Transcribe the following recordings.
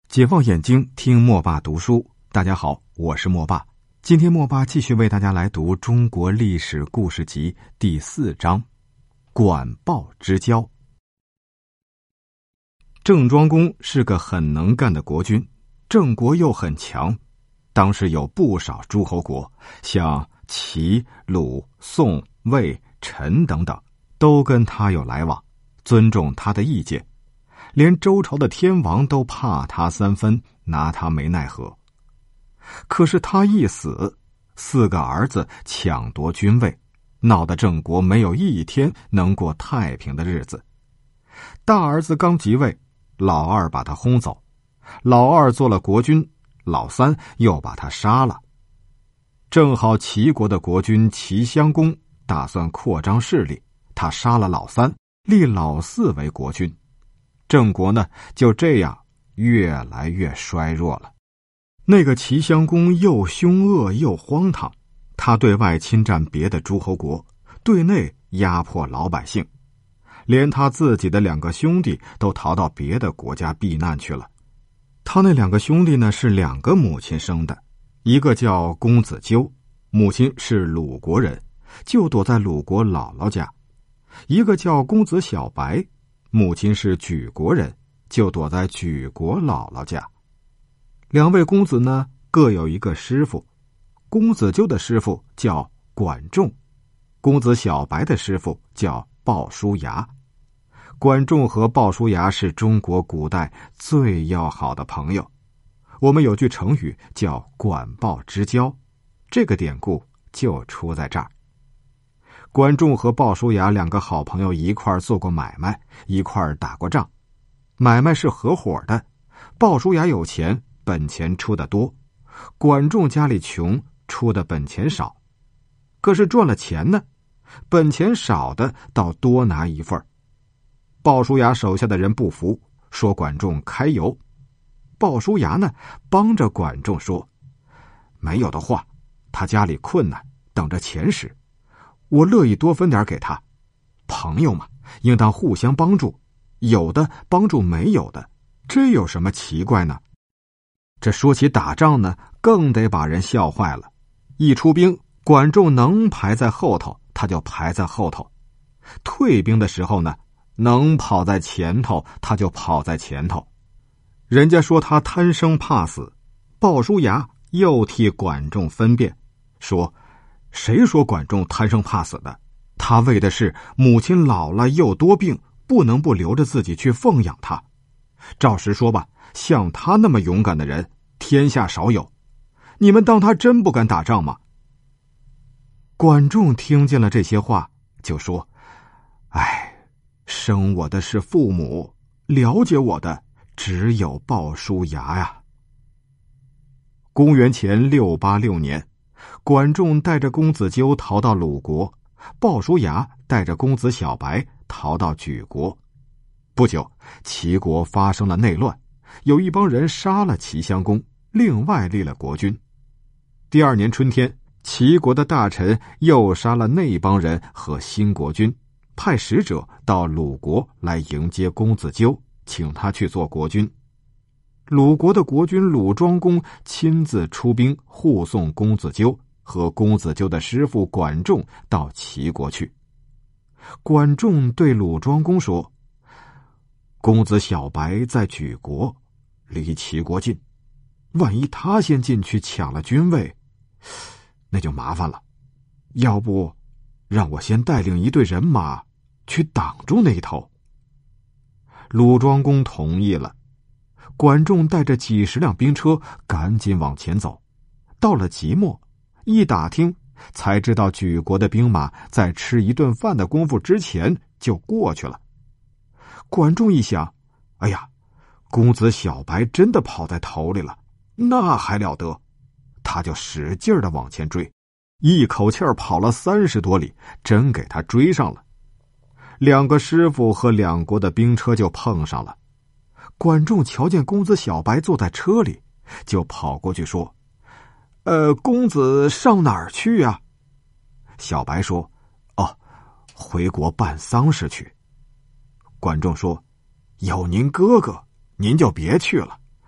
解放眼睛，听莫爸读书。大家好，我是莫爸。今天莫爸继续为大家来读《中国历史故事集》第4章：管鲍之交。郑庄公是个很能干的国君，郑国又很强，当时有不少诸侯国，像齐、鲁、宋、魏、陈等等，都跟他有来往，尊重他的意见。连周朝的天王都怕他3分，拿他没奈何。可是他一死，4个儿子抢夺君位，闹得郑国没有一天能过太平的日子。大儿子刚即位，老二把他轰走，老二做了国君，老三又把他杀了。正好齐国的国君齐襄公打算扩张势力，他杀了老三，立老四为国君。郑国呢，就这样越来越衰弱了。那个齐襄公又凶恶又荒唐，他对外侵占别的诸侯国，对内压迫老百姓，连他自己的2个兄弟都逃到别的国家避难去了。他那2个兄弟呢，是2个母亲生的，一个叫公子纠，母亲是鲁国人，就躲在鲁国姥姥家；一个叫公子小白，母亲是莒国人，就躲在莒国姥姥家。2位公子呢，各有一个师傅。公子纠的师傅叫管仲，公子小白的师傅叫鲍叔牙。管仲和鲍叔牙是中国古代最要好的朋友。我们有句成语叫管鲍之交，这个典故就出在这儿。管仲和鲍叔牙2个好朋友一块儿做过买卖，一块儿打过仗。买卖是合伙的，鲍叔牙有钱，本钱出得多；管仲家里穷，出的本钱少。可是赚了钱呢，本钱少的倒多拿一份。鲍叔牙手下的人不服，说管仲揩油。鲍叔牙呢，帮着管仲说：没有的话，他家里困难，等着钱使，我乐意多分点给他。朋友嘛，应当互相帮助，有的帮助没有的，这有什么奇怪呢？这说起打仗呢，更得把人笑坏了。一出兵，管仲能排在后头，他就排在后头；退兵的时候呢，能跑在前头，他就跑在前头。人家说他贪生怕死，鲍叔牙又替管仲分辨，说谁说管仲贪生怕死的？他为的是母亲老了又多病，不能不留着自己去奉养他。照实说吧，像他那么勇敢的人，天下少有。你们当他真不敢打仗吗？管仲听见了这些话，就说：哎，生我的是父母，了解我的只有鲍叔牙呀。公元前686年，管仲带着公子纠逃到鲁国，鲍叔牙带着公子小白逃到莒国。不久，齐国发生了内乱，有一帮人杀了齐襄公，另外立了国君。第2年春天，齐国的大臣又杀了那帮人和新国君，派使者到鲁国来迎接公子纠，请他去做国君。鲁国的国君鲁庄公亲自出兵护送公子纠和公子纠的师傅管仲到齐国去。管仲对鲁庄公说：公子小白在莒国，离齐国近，万一他先进去抢了君位，那就麻烦了。要不让我先带领一队人马去挡住那一头。鲁庄公同意了。管仲带着几10辆兵车赶紧往前走，到了即墨，一打听才知道莒国的兵马在吃一顿饭的功夫之前就过去了。管仲一想，哎呀，公子小白真的跑在头里了，那还了得。他就使劲的往前追，一口气儿跑了30多里，真给他追上了。2个师傅和2国的兵车就碰上了。管仲瞧见公子小白坐在车里，就跑过去说：公子上哪儿去啊？小白说：哦，回国办丧事去。管仲说：有您哥哥，您就别去了，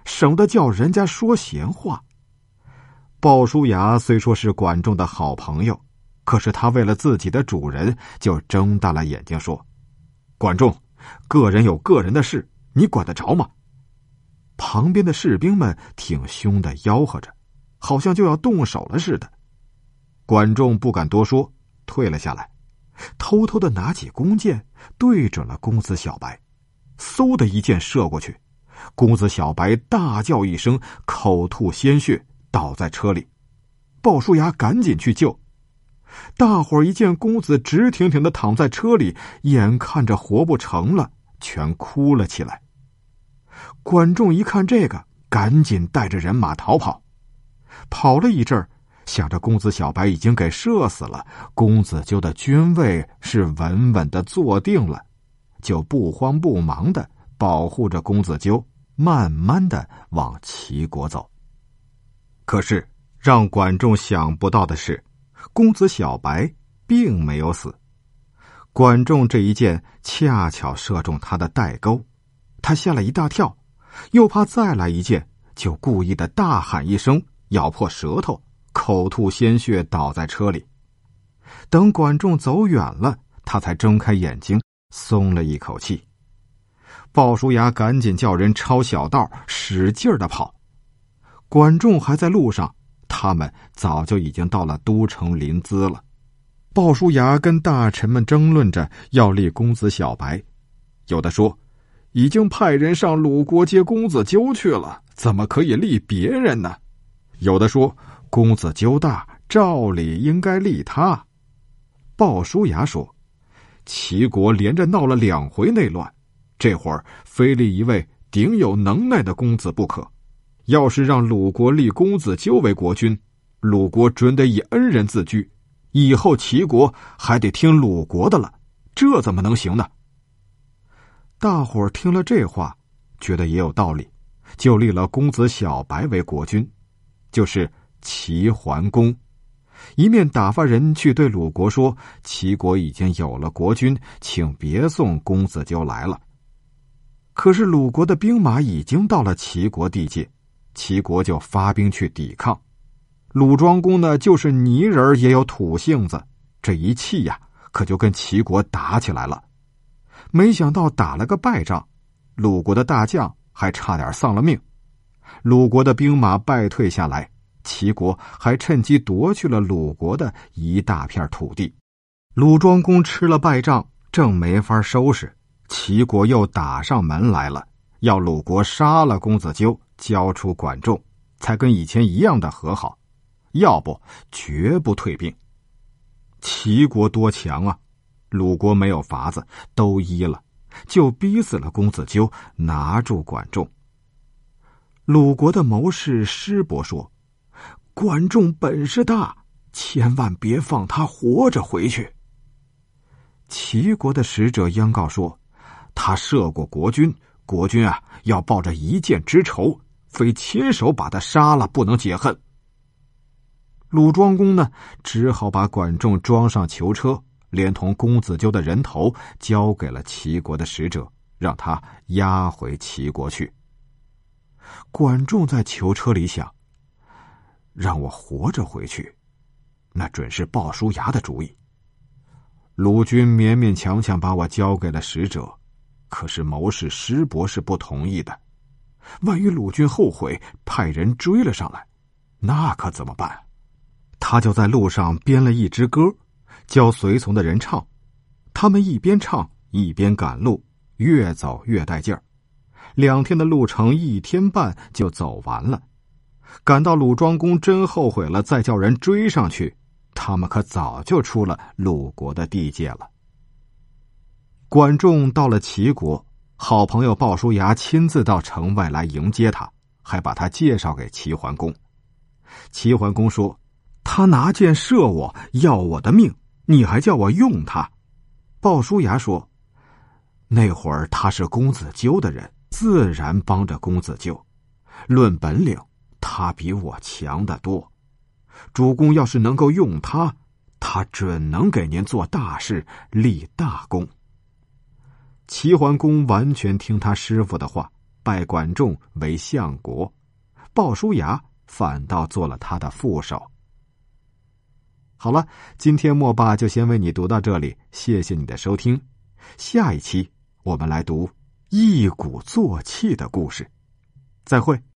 省得叫人家说闲话。鲍叔牙虽说是管仲的好朋友，可是他为了自己的主人，就睁大了眼睛说：“管仲，个人有个人的事，你管得着吗？”旁边的士兵们挺凶的吆喝着，好像就要动手了似的。管仲不敢多说，退了下来，偷偷的拿起弓箭，对准了公子小白，嗖的一箭射过去。公子小白大叫一声，口吐鲜血，倒在车里。鲍叔牙赶紧去救。大伙儿一见公子直挺挺的躺在车里，眼看着活不成了，全哭了起来。管仲一看这个，赶紧带着人马逃跑。跑了一阵儿，想着公子小白已经给射死了，公子纠的军位是稳稳的坐定了，就不慌不忙的保护着公子纠，慢慢的往齐国走。可是让管仲想不到的是，公子小白并没有死。管仲这一箭恰巧射中他的带钩，他吓了一大跳，又怕再来一箭，就故意的大喊一声，咬破舌头，口吐鲜血，倒在车里。等管仲走远了，他才睁开眼睛，松了一口气。鲍叔牙赶紧叫人抄小道，使劲的跑。管仲还在路上，他们早就已经到了都城临淄了。鲍叔牙跟大臣们争论着要立公子小白，有的说已经派人上鲁国接公子纠去了，怎么可以立别人呢？有的说公子纠大，照理应该立他。鲍叔牙说，齐国连着闹了2回内乱，这会儿非立一位顶有能耐的公子不可。要是让鲁国立公子纠为国君，鲁国准得以恩人自居，以后齐国还得听鲁国的了，这怎么能行呢？大伙儿听了这话，觉得也有道理，就立了公子小白为国君，就是齐桓公。一面打发人去对鲁国说，齐国已经有了国君，请别送公子纠来了。可是鲁国的兵马已经到了齐国地界，齐国就发兵去抵抗。鲁庄公呢，就是泥人也有土性子，这一气呀，可就跟齐国打起来了。没想到打了个败仗，鲁国的大将还差点丧了命。鲁国的兵马败退下来，齐国还趁机夺去了鲁国的一大片土地。鲁庄公吃了败仗，正没法收拾，齐国又打上门来了，要鲁国杀了公子纠，交出管仲，才跟以前一样的和好，要不绝不退兵。齐国多强啊，鲁国没有法子，都依了，就逼死了公子纠，拿住管仲。鲁国的谋士师伯说，管仲本事大，千万别放他活着回去。齐国的使者央告说，他射过国君，国君啊要报着一箭之仇，非亲手把他杀了不能解恨。鲁庄公呢，只好把管仲装上囚车，连同公子纠的人头交给了齐国的使者，让他押回齐国去。管仲在囚车里想，让我活着回去，那准是鲍叔牙的主意。鲁军勉勉强强把我交给了使者，可是谋士师伯是不同意的。万一鲁军后悔，派人追了上来，那可怎么办？他就在路上编了一支歌，教随从的人唱。他们一边唱一边赶路，越走越带劲儿。2天的路程1天半就走完了。赶到鲁庄公真后悔了，再叫人追上去，他们可早就出了鲁国的地界了。管仲到了齐国，好朋友鲍叔牙亲自到城外来迎接他，还把他介绍给齐桓公。齐桓公说，他拿箭射我，要我的命，你还叫我用他。鲍叔牙说，那会儿他是公子纠的人，自然帮着公子纠，论本领他比我强得多，主公要是能够用他，他准能给您做大事，立大功。齐桓公完全听他师傅的话， 拜管仲为相国，鲍叔牙反倒做了他的副手。好了，今天莫爸就先为你读到这里，谢谢你的收听。下一期我们来读一鼓作气的故事，再会。